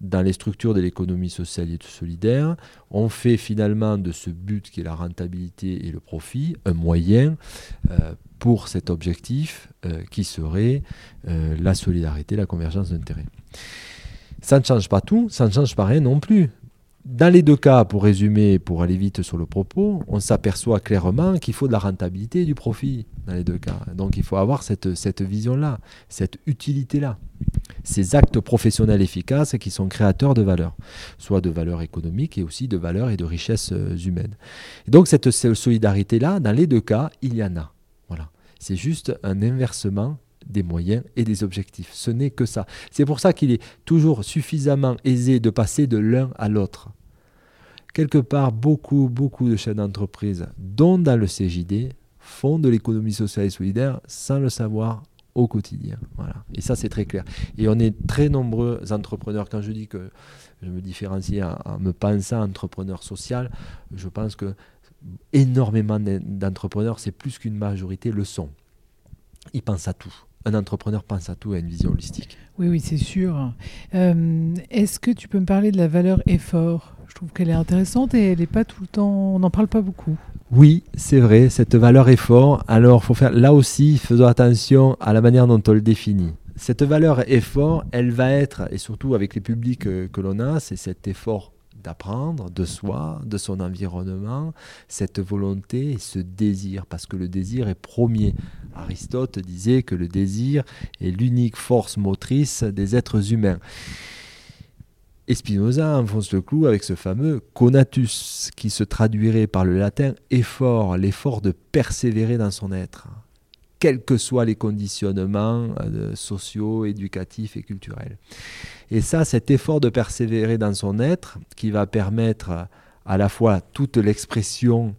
dans les structures de l'économie sociale et solidaire, on fait finalement de ce but qui est la rentabilité et le profit un moyen euh, pour cet objectif euh, qui serait euh, la solidarité, la convergence d'intérêts. Ça ne change pas tout, ça ne change pas rien non plus. Dans les deux cas, pour résumer, pour aller vite sur le propos, on s'aperçoit clairement qu'il faut de la rentabilité et du profit dans les deux cas. Donc il faut avoir cette, cette vision-là, cette utilité-là. Ces actes professionnels efficaces qui sont créateurs de valeur, soit de valeur économique et aussi de valeur et de richesse humaine. Et donc cette solidarité-là, dans les deux cas, il y en a. Voilà. C'est juste un inversement des moyens et des objectifs. Ce n'est que ça. C'est pour ça qu'il est toujours suffisamment aisé de passer de l'un à l'autre. Quelque part, beaucoup, beaucoup de chefs d'entreprise, dont dans le C J D, font de l'économie sociale et solidaire sans le savoir au quotidien. Voilà. Et ça, c'est très clair. Et on est très nombreux entrepreneurs. Quand je dis que je me différencie en, en me pensant entrepreneur social, je pense que énormément d'entrepreneurs, c'est plus qu'une majorité, le sont. Ils pensent à tout. Un entrepreneur pense à tout, à une vision holistique. Oui, oui, c'est sûr. Euh, est-ce que tu peux me parler de la valeur effort ? Je trouve qu'elle est intéressante et elle n'est pas tout le temps... On n'en parle pas beaucoup. Oui, c'est vrai, cette valeur effort. Alors, faut faire, là aussi, faisons attention à la manière dont on le définit. Cette valeur effort, elle va être, et surtout avec les publics que, que l'on a, c'est cet effort d'apprendre de soi, de son environnement, cette volonté et ce désir, parce que le désir est premier. Aristote disait que le désir est l'unique force motrice des êtres humains. Et Spinoza enfonce le clou avec ce fameux conatus, qui se traduirait par le latin effort, l'effort de persévérer dans son être, quels que soient les conditionnements euh, sociaux, éducatifs et culturels. Et ça, cet effort de persévérer dans son être, qui va permettre à la fois toute l'expression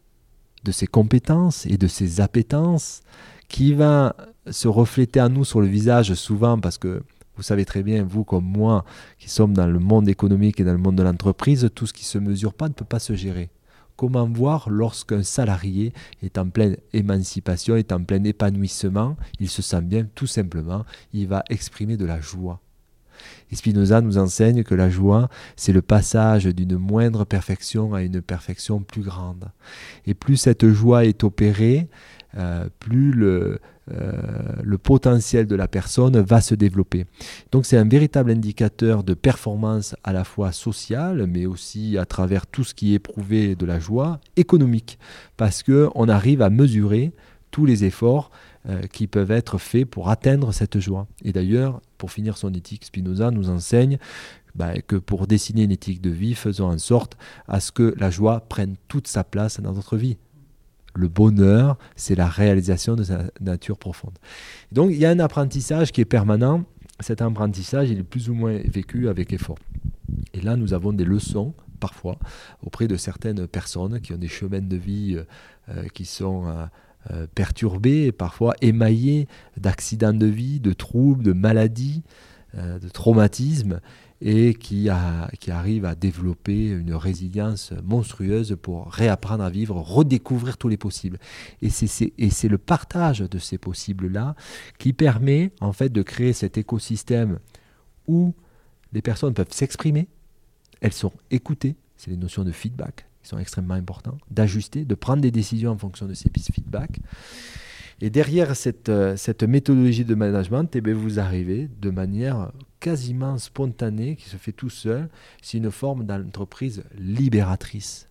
de ses compétences et de ses appétences, qui va se refléter à nous sur le visage souvent, parce que vous savez très bien, vous comme moi, qui sommes dans le monde économique et dans le monde de l'entreprise, tout ce qui ne se mesure pas ne peut pas se gérer. Comment voir lorsqu'un salarié est en pleine émancipation, est en plein épanouissement, il se sent bien, tout simplement, il va exprimer de la joie. Et Spinoza nous enseigne que la joie, c'est le passage d'une moindre perfection à une perfection plus grande. Et plus cette joie est opérée, euh, plus le, euh, le potentiel de la personne va se développer. Donc c'est un véritable indicateur de performance à la fois sociale, mais aussi à travers tout ce qui est éprouvé de la joie économique, parce qu'on arrive à mesurer tous les efforts euh, qui peuvent être faits pour atteindre cette joie. Et d'ailleurs, pour finir son éthique, Spinoza nous enseigne bah, que pour dessiner une éthique de vie, faisons en sorte à ce que la joie prenne toute sa place dans notre vie. Le bonheur, c'est la réalisation de sa nature profonde. Donc, il y a un apprentissage qui est permanent. Cet apprentissage, il est plus ou moins vécu avec effort. Et là, nous avons des leçons, parfois, auprès de certaines personnes qui ont des chemins de vie euh, qui sont euh, euh, perturbés, parfois émaillés d'accidents de vie, de troubles, de maladies, euh, de traumatismes, et qui, a, qui arrive à développer une résilience monstrueuse pour réapprendre à vivre, redécouvrir tous les possibles. Et c'est, c'est, et c'est le partage de ces possibles-là qui permet en fait de créer cet écosystème où les personnes peuvent s'exprimer, elles sont écoutées, c'est les notions de feedback qui sont extrêmement importantes, d'ajuster, de prendre des décisions en fonction de ces feedbacks. Et derrière cette, cette méthodologie de management, eh bien, vous arrivez de manière quasiment spontanée, qui se fait tout seul, c'est une forme d'entreprise libératrice.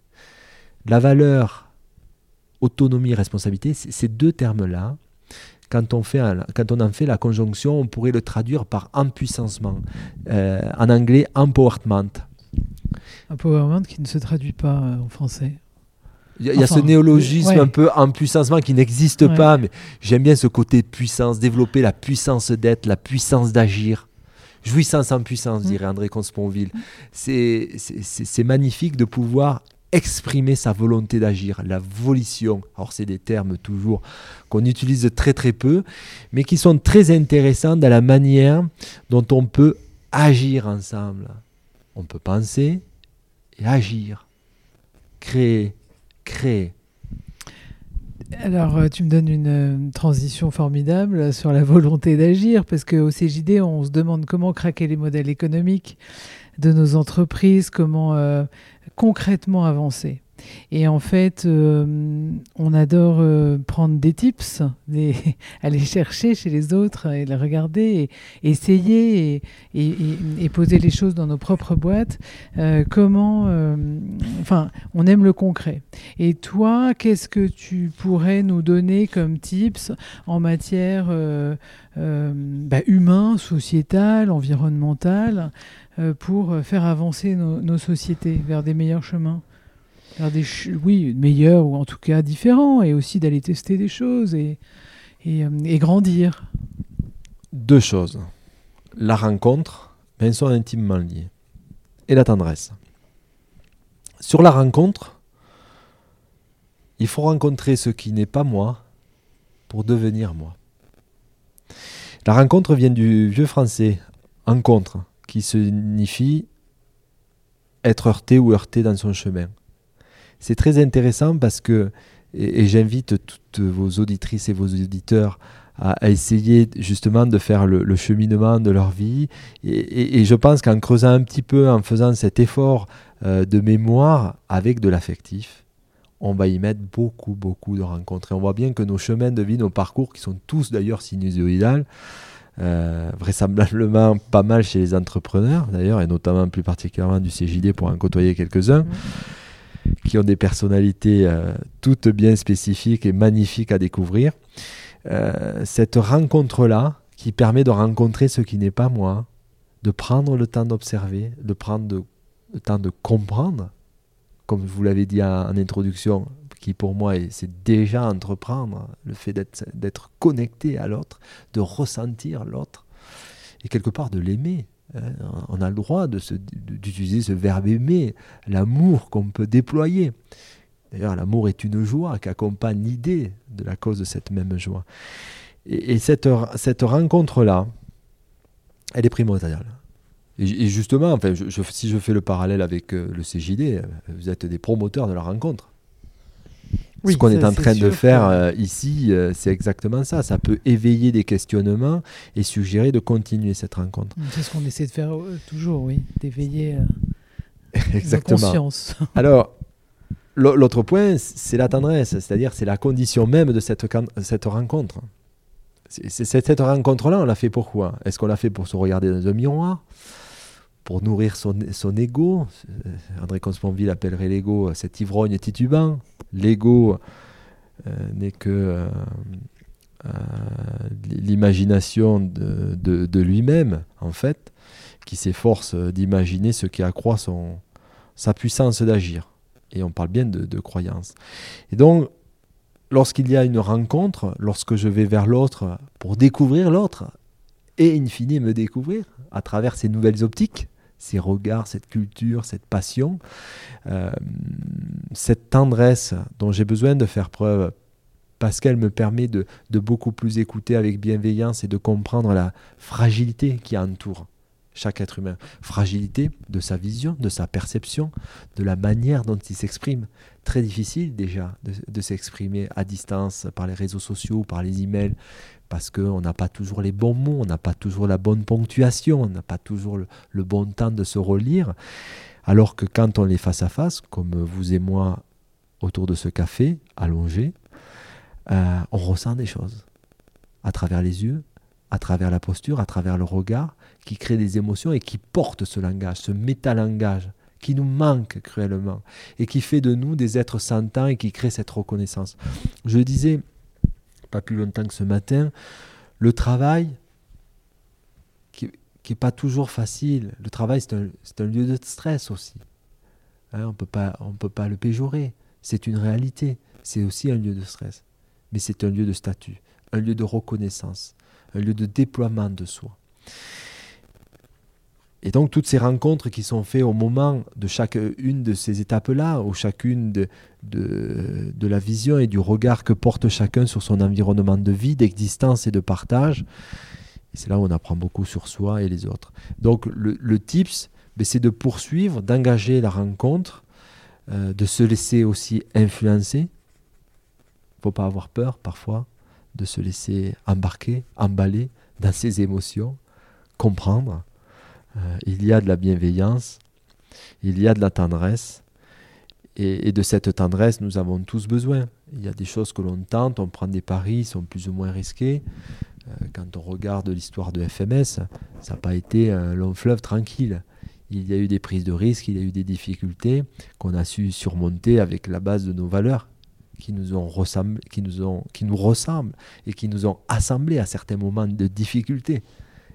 La valeur, autonomie, responsabilité, ces deux termes-là, quand on, fait un, quand on en fait la conjonction, on pourrait le traduire par empuissancement. Euh, en anglais, empowerment. Empowerment qui ne se traduit pas en français. Il y a, enfin, y a ce néologisme ouais. un peu en puissancement qui n'existe ouais. pas, mais j'aime bien ce côté puissance, développer la puissance d'être, la puissance d'agir. Jouissance en puissance, mmh. dirait André Comte-Sponville. C'est, c'est, c'est, c'est magnifique de pouvoir exprimer sa volonté d'agir, la volition. Alors c'est des termes toujours qu'on utilise très très peu, mais qui sont très intéressants dans la manière dont on peut agir ensemble. On peut penser et agir, créer, créer. Alors, euh, tu me donnes une euh, transition formidable sur la volonté d'agir, parce qu'au C J D, on se demande comment craquer les modèles économiques de nos entreprises, comment euh, concrètement avancer. Et en fait, euh, on adore euh, prendre des tips, des, aller chercher chez les autres et les regarder, et essayer et, et, et, et poser les choses dans nos propres boîtes. Euh, comment, euh, enfin, on aime le concret. Et toi, qu'est-ce que tu pourrais nous donner comme tips en matière euh, euh, bah, humain, sociétale, environnementale, euh, pour faire avancer nos, nos sociétés vers des meilleurs chemins? Faire des ch- oui, meilleurs ou en tout cas différents, et aussi d'aller tester des choses et, et, euh, et grandir. Deux choses. La rencontre, mais elles sont intimement liées. Et la tendresse. Sur la rencontre, il faut rencontrer ce qui n'est pas moi pour devenir moi. La rencontre vient du vieux français « rencontre », qui signifie être heurté ou heurté dans son chemin. C'est très intéressant parce que, et, et j'invite toutes vos auditrices et vos auditeurs à, à essayer justement de faire le, le cheminement de leur vie. Et, et, et je pense qu'en creusant un petit peu, en faisant cet effort euh, de mémoire avec de l'affectif, on va y mettre beaucoup, beaucoup de rencontres. Et on voit bien que nos chemins de vie, nos parcours, qui sont tous d'ailleurs sinusoïdales, euh, vraisemblablement pas mal chez les entrepreneurs d'ailleurs, et notamment plus particulièrement du C J D pour en côtoyer quelques-uns, qui ont des personnalités euh, toutes bien spécifiques et magnifiques à découvrir. Euh, cette rencontre-là, qui permet de rencontrer ce qui n'est pas moi, de prendre le temps d'observer, de prendre de, le temps de comprendre, comme vous l'avez dit en, en introduction, qui pour moi, est, c'est déjà entreprendre, le fait d'être, d'être connecté à l'autre, de ressentir l'autre, et quelque part de l'aimer. On a le droit de se, d'utiliser ce verbe aimer, l'amour qu'on peut déployer. D'ailleurs, l'amour est une joie qui accompagne l'idée de la cause de cette même joie. Et, et cette, cette rencontre-là, elle est primordiale. Et, et justement, enfin, je, je, si je fais le parallèle avec euh, le C J D, vous êtes des promoteurs de la rencontre. Oui, ce qu'on ça, est en train de faire que... euh, ici, euh, c'est exactement ça. Ça peut éveiller des questionnements et suggérer de continuer cette rencontre. C'est ce qu'on essaie de faire euh, toujours, oui, d'éveiller euh, exactement. la conscience. Alors, l'autre point, c'est la tendresse, c'est-à-dire c'est la condition même de cette, cette rencontre. C'est, c'est, cette rencontre-là, on l'a fait pourquoi ? Est-ce qu'on l'a fait pour se regarder dans un miroir ? Pour nourrir son, son ego. André Consponville appellerait l'ego cet ivrogne titubant. L'ego euh, n'est que euh, euh, l'imagination de, de, de lui-même, en fait, qui s'efforce d'imaginer ce qui accroît son, sa puissance d'agir. Et on parle bien de, de croyance. Et donc, lorsqu'il y a une rencontre, lorsque je vais vers l'autre pour découvrir l'autre, et in fine me découvrir à travers ces nouvelles optiques, ces regards, cette culture, cette passion, euh, cette tendresse dont j'ai besoin de faire preuve parce qu'elle me permet de, de beaucoup plus écouter avec bienveillance et de comprendre la fragilité qui entoure chaque être humain. Fragilité de sa vision, de sa perception, de la manière dont il s'exprime. Très difficile déjà de, de s'exprimer à distance par les réseaux sociaux, par les emails, parce qu'on n'a pas toujours les bons mots, on n'a pas toujours la bonne ponctuation, on n'a pas toujours le, le bon temps de se relire. Alors que quand on est face à face, comme vous et moi autour de ce café, allongé, euh, on ressent des choses à travers les yeux, à travers la posture, à travers le regard, qui crée des émotions et qui porte ce langage, ce métalangage qui nous manque cruellement et qui fait de nous des êtres sentants et qui crée cette reconnaissance. Je disais, pas plus longtemps que ce matin, le travail qui n'est pas toujours facile. Le travail, c'est un, c'est un lieu de stress aussi. Hein, on peut pas, on peut pas le péjorer. C'est une réalité. C'est aussi un lieu de stress. Mais c'est un lieu de statut, un lieu de reconnaissance, un lieu de déploiement de soi. Et donc, toutes ces rencontres qui sont faites au moment de chacune de ces étapes-là, ou chacune de, de, de la vision et du regard que porte chacun sur son environnement de vie, d'existence et de partage, et c'est là où on apprend beaucoup sur soi et les autres. Donc, le, le tips, ben, c'est de poursuivre, d'engager la rencontre, euh, de se laisser aussi influencer, ne faut pas avoir peur parfois de se laisser embarquer, emballer dans ses émotions, comprendre. Euh, il y a de la bienveillance, il y a de la tendresse, et, et de cette tendresse, nous avons tous besoin. Il y a des choses que l'on tente, on prend des paris, ils sont plus ou moins risqués. Euh, quand on regarde l'histoire de F M S, ça n'a pas été un long fleuve tranquille. Il y a eu des prises de risques, il y a eu des difficultés qu'on a su surmonter avec la base de nos valeurs qui nous, ont ressemblé, qui nous, ont, qui nous ressemblent et qui nous ont assemblés à certains moments de difficultés.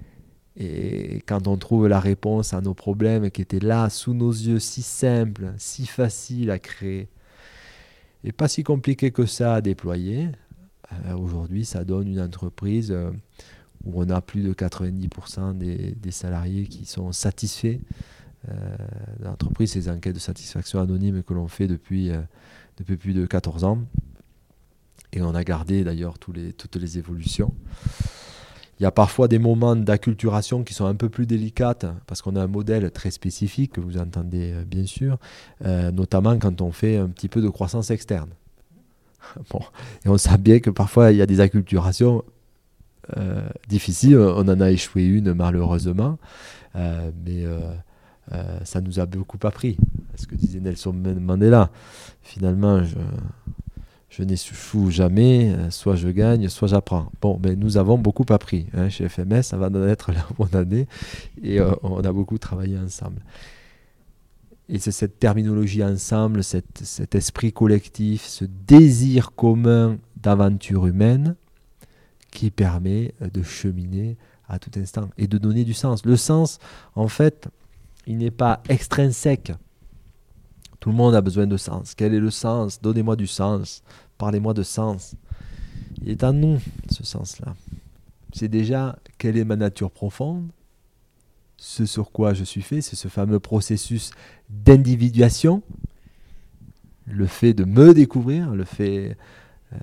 Et quand on trouve la réponse à nos problèmes qui étaient là, sous nos yeux, si simple, si facile à créer, et pas si compliqué que ça à déployer, euh, aujourd'hui, ça donne une entreprise euh, où on a plus de quatre-vingt-dix pour cent des, des salariés qui sont satisfaits. Euh, l'entreprise, ces enquêtes de satisfaction anonymes que l'on fait depuis, euh, depuis plus de quatorze ans. Et on a gardé d'ailleurs tous les, toutes les évolutions. Il y a parfois des moments d'acculturation qui sont un peu plus délicates parce qu'on a un modèle très spécifique que vous entendez euh, bien sûr, euh, notamment quand on fait un petit peu de croissance externe. Bon. Et on sait bien que parfois il y a des acculturations euh, difficiles. On en a échoué une malheureusement, euh, mais euh, euh, ça nous a beaucoup appris. Ce que disait Nelson Mandela, finalement, je... Je n'échoue jamais, soit je gagne, soit j'apprends. Bon, ben, nous avons beaucoup appris hein, chez F M S, ça va être la bonne année, et euh, on a beaucoup travaillé ensemble. Et c'est cette terminologie ensemble, cette, cet esprit collectif, ce désir commun d'aventure humaine qui permet de cheminer à tout instant et de donner du sens. Le sens, en fait, il n'est pas extrinsèque. Tout le monde a besoin de sens. Quel est le sens ? Donnez-moi du sens. Parlez-moi de sens. Il est en nous, ce sens-là. C'est déjà quelle est ma nature profonde, ce sur quoi je suis fait, c'est ce fameux processus d'individuation, le fait de me découvrir, le fait euh,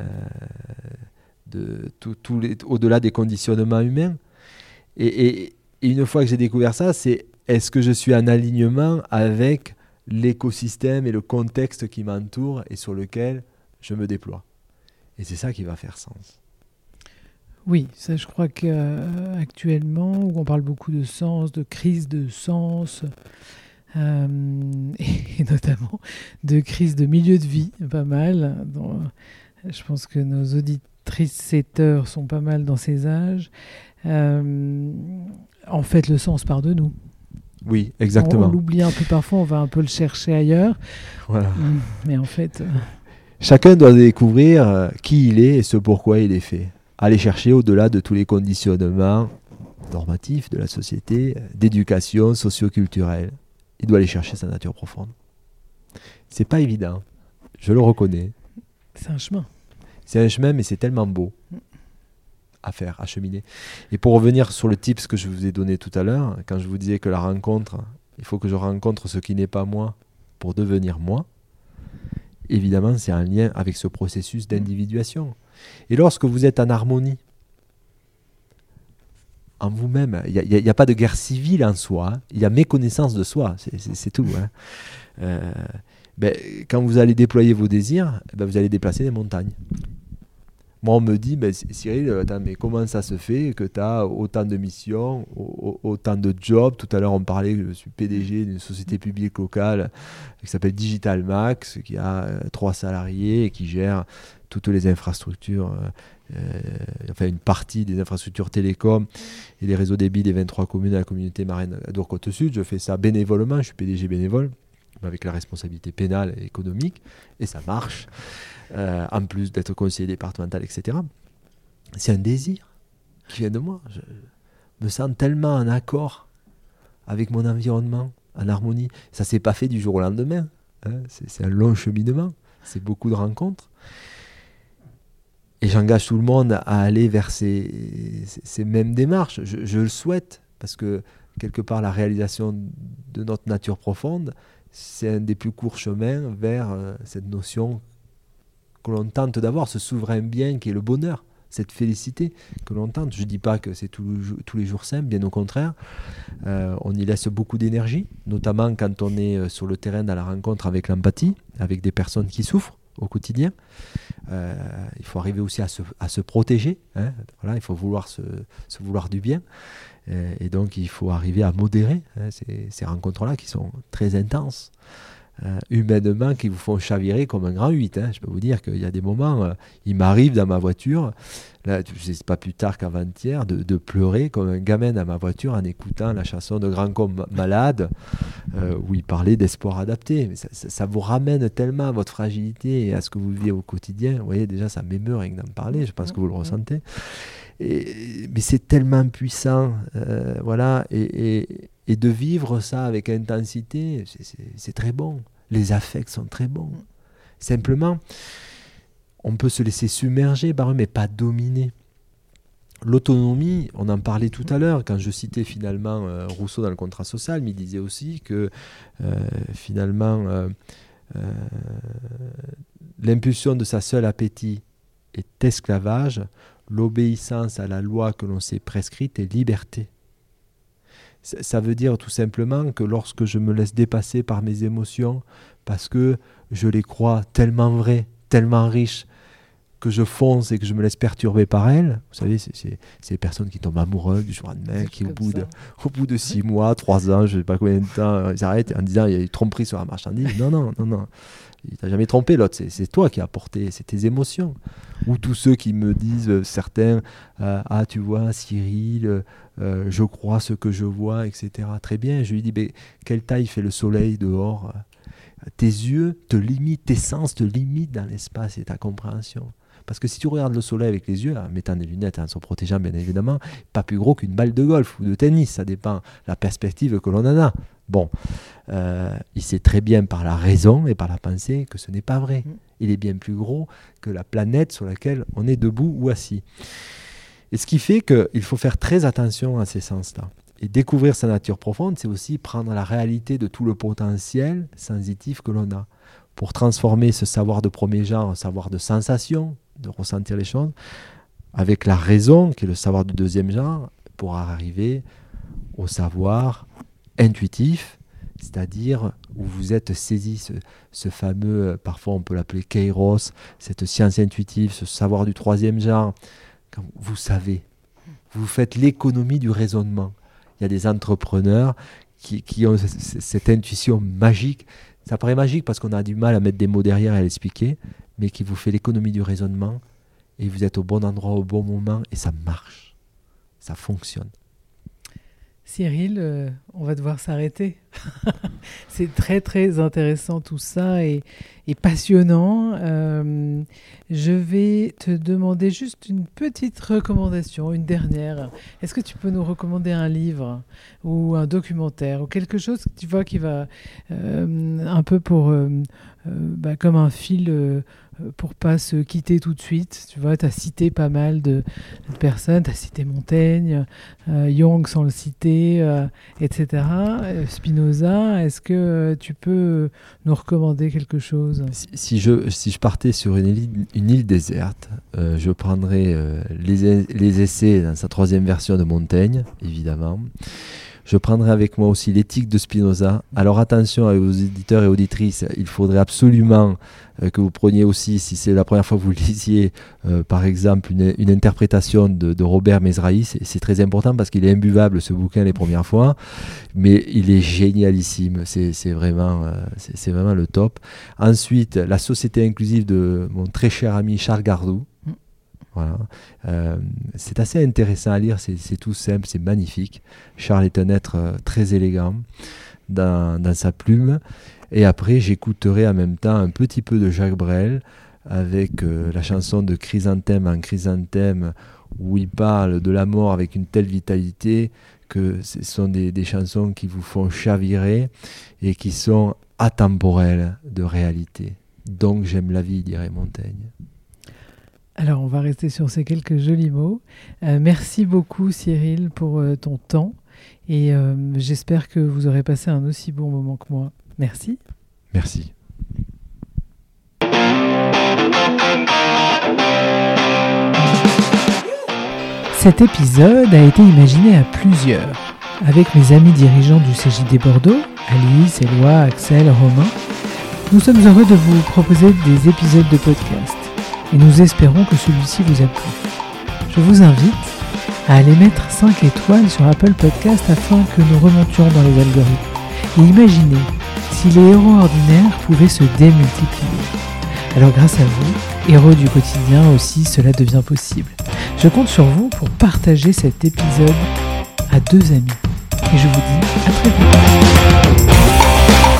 de tout, tout les, au-delà des conditionnements humains. Et, et, et une fois que j'ai découvert ça, c'est est-ce que je suis en alignement avec l'écosystème et le contexte qui m'entoure et sur lequel je me déploie. Et c'est ça qui va faire sens. Oui, ça je crois qu'actuellement, où on parle beaucoup de sens, de crise de sens, euh, et, et notamment de crise de milieu de vie, pas mal. Dans, je pense que nos auditrices-setteurs sont pas mal dans ces âges. Euh, en fait, le sens part de nous. Oui, exactement. On, on l'oublie un peu parfois, on va un peu le chercher ailleurs. Voilà. Mais en fait... Euh... Chacun doit découvrir qui il est et ce pourquoi il est fait. Aller chercher au-delà de tous les conditionnements normatifs de la société, d'éducation, socio-culturelle. Il doit aller chercher sa nature profonde. C'est pas évident, je le reconnais. C'est un chemin. C'est un chemin, mais c'est tellement beau à faire, à cheminer. Et pour revenir sur le tips que je vous ai donné tout à l'heure, quand je vous disais que la rencontre, il faut que je rencontre ce qui n'est pas moi pour devenir moi, évidemment, c'est en lien avec ce processus d'individuation. Et lorsque vous êtes en harmonie, en vous-même, il n'y a, a, a pas de guerre civile en soi, il y a méconnaissance de soi, c'est, c'est, c'est tout. Hein. Euh, ben, quand vous allez déployer vos désirs, ben, vous allez déplacer des montagnes. Moi, on me dit, ben, Cyril, attends, mais comment ça se fait que tu as autant de missions, autant de jobs ? Tout à l'heure, on parlait, je suis P D G d'une société publique locale qui s'appelle Digital Max, qui a euh, trois salariés et qui gère toutes les infrastructures, euh, enfin une partie des infrastructures télécom et les réseaux débit des vingt-trois communes de la communauté marraine d'Or-Côte-Sud. Je fais ça bénévolement, je suis P D G bénévole, avec la responsabilité pénale et économique, et ça marche. Euh, en plus d'être conseiller départemental, et cetera. C'est un désir qui vient de moi. Je me sens tellement en accord avec mon environnement, en harmonie. Ça ne s'est pas fait du jour au lendemain. Hein. C'est, c'est un long cheminement. C'est beaucoup de rencontres. Et j'engage tout le monde à aller vers ces, ces mêmes démarches. Je, je le souhaite, parce que quelque part, la réalisation de notre nature profonde, c'est un des plus courts chemins vers euh, cette notion que l'on tente d'avoir, ce souverain bien qui est le bonheur, cette félicité que l'on tente. Je ne dis pas que c'est tout, tous les jours simple, bien au contraire. Euh, on y laisse beaucoup d'énergie, notamment quand on est sur le terrain dans la rencontre avec l'empathie, avec des personnes qui souffrent. au quotidien. Euh, il faut arriver aussi à se, à se protéger. Hein. Voilà, il faut vouloir se, se vouloir du bien. Euh, et donc, il faut arriver à modérer hein, ces, ces rencontres-là qui sont très intenses. Euh, humainement, qui vous font chavirer comme un grand huit. Hein. Je peux vous dire qu'il y a des moments, euh, il m'arrive dans ma voiture, là, je sais pas plus tard qu'avant-hier, de, de pleurer comme un gamin dans ma voiture en écoutant la chanson de Grand Corps Malade, euh, où il parlait d'espoir adapté. Mais ça, ça, ça vous ramène tellement à votre fragilité et à ce que vous vivez au quotidien. Vous voyez, déjà, ça m'émeut rien que d'en parler, je pense que vous le ressentez. Et, mais c'est tellement puissant, euh, voilà, et, et, et de vivre ça avec intensité, c'est, c'est, c'est très bon. Les affects sont très bons. Simplement, on peut se laisser submerger par eux, mais pas dominer. L'autonomie, on en parlait tout à l'heure, quand je citais finalement euh, Rousseau dans le contrat social, mais il disait aussi que euh, finalement, euh, euh, l'impulsion de sa seule appétit est esclavage, l'obéissance à la loi que l'on s'est prescrite est liberté. Ça veut dire tout simplement que lorsque je me laisse dépasser par mes émotions, parce que je les crois tellement vraies, tellement riches, que je fonce et que je me laisse perturber par elles, vous savez, c'est, c'est, c'est les personnes qui tombent amoureuses du jour au lendemain, qui au bout, de, au bout de six mois, trois ans, je ne sais pas combien de temps, ils arrêtent en disant il y a eu tromperie sur la marchandise. Non, non, non, non. Il t'a jamais trompé l'autre, c'est, c'est toi qui as apporté, c'est tes émotions. Ou tous ceux qui me disent, euh, certains, euh, ah tu vois Cyril, euh, je crois ce que je vois, et cetera. Très bien, je lui dis, mais quelle taille fait le soleil dehors ? Tes yeux te limitent, tes sens te limitent dans l'espace et ta compréhension. Parce que si tu regardes le soleil avec les yeux, en mettant des lunettes, en se protégeant bien évidemment, pas plus gros qu'une balle de golf ou de tennis, ça dépend de la perspective que l'on en a. Bon, euh, il sait très bien par la raison et par la pensée que ce n'est pas vrai. Il est bien plus gros que la planète sur laquelle on est debout ou assis. Et ce qui fait qu'il faut faire très attention à ces sens-là. Et découvrir sa nature profonde, c'est aussi prendre la réalité de tout le potentiel sensitif que l'on a. Pour transformer ce savoir de premier genre en savoir de sensation, de ressentir les choses, avec la raison, qui est le savoir du deuxième genre, pour arriver au savoir intuitif, c'est-à-dire où vous êtes saisi, ce, ce fameux, parfois on peut l'appeler kairos, cette science intuitive, ce savoir du troisième genre, quand vous savez, vous faites l'économie du raisonnement. Il y a des entrepreneurs qui, qui ont c- c- cette intuition magique. Ça paraît magique parce qu'on a du mal à mettre des mots derrière et à l'expliquer, mais qui vous fait l'économie du raisonnement et vous êtes au bon endroit au bon moment et ça marche, ça fonctionne. Cyril, euh, on va devoir s'arrêter. C'est très très intéressant tout ça et, et passionnant. Euh, je vais te demander juste une petite recommandation, une dernière. Est-ce que tu peux nous recommander un livre ou un documentaire ou quelque chose, tu vois, qui va euh, un peu pour euh, euh, bah, comme un fil euh, pour pas se quitter tout de suite. Tu vois, tu as cité pas mal de, de personnes, tu as cité Montaigne, euh, Jung sans le citer, euh, et cetera. Euh, Spinoza, est-ce que euh, tu peux nous recommander quelque chose ? Si, si, je, si je partais sur une île, une île déserte, euh, je prendrais euh, les, les essais dans sa troisième version de Montaigne, évidemment. Je prendrai avec moi aussi l'éthique de Spinoza. Alors attention aux éditeurs et auditrices, il faudrait absolument euh, que vous preniez aussi, si c'est la première fois que vous lisiez, euh, par exemple, une, une interprétation de, de Robert Mezrahi. C'est, c'est très important parce qu'il est imbuvable ce bouquin les premières fois, mais il est génialissime. C'est, c'est, vraiment, euh, c'est, c'est vraiment le top. Ensuite, La société inclusive de mon très cher ami Charles Gardou. Voilà. Euh, c'est assez intéressant à lire, c'est, c'est tout simple, c'est magnifique. Charles est un être euh, très élégant dans, dans sa plume. Et après, j'écouterai en même temps un petit peu de Jacques Brel avec euh, la chanson de Chrysanthème en Chrysanthème, où il parle de la mort avec une telle vitalité que ce sont des, des chansons qui vous font chavirer et qui sont atemporelles de réalité. Donc j'aime la vie, dirait Montaigne. Alors, on va rester sur ces quelques jolis mots. Euh, merci beaucoup, Cyril, pour euh, ton temps. Et euh, j'espère que vous aurez passé un aussi bon moment que moi. Merci. Merci. Cet épisode a été imaginé à plusieurs, avec mes amis dirigeants du C J D Bordeaux, Alice, Éloi, Axel, Romain, Nous sommes heureux de vous proposer des épisodes de podcast et nous espérons que celui-ci vous a plu. Je vous invite à aller mettre cinq étoiles sur Apple Podcast afin que nous remontions dans les algorithmes. Et imaginez si les héros ordinaires pouvaient se démultiplier. Alors grâce à vous, héros du quotidien aussi, cela devient possible. Je compte sur vous pour partager cet épisode à deux amis. Et je vous dis à très vite.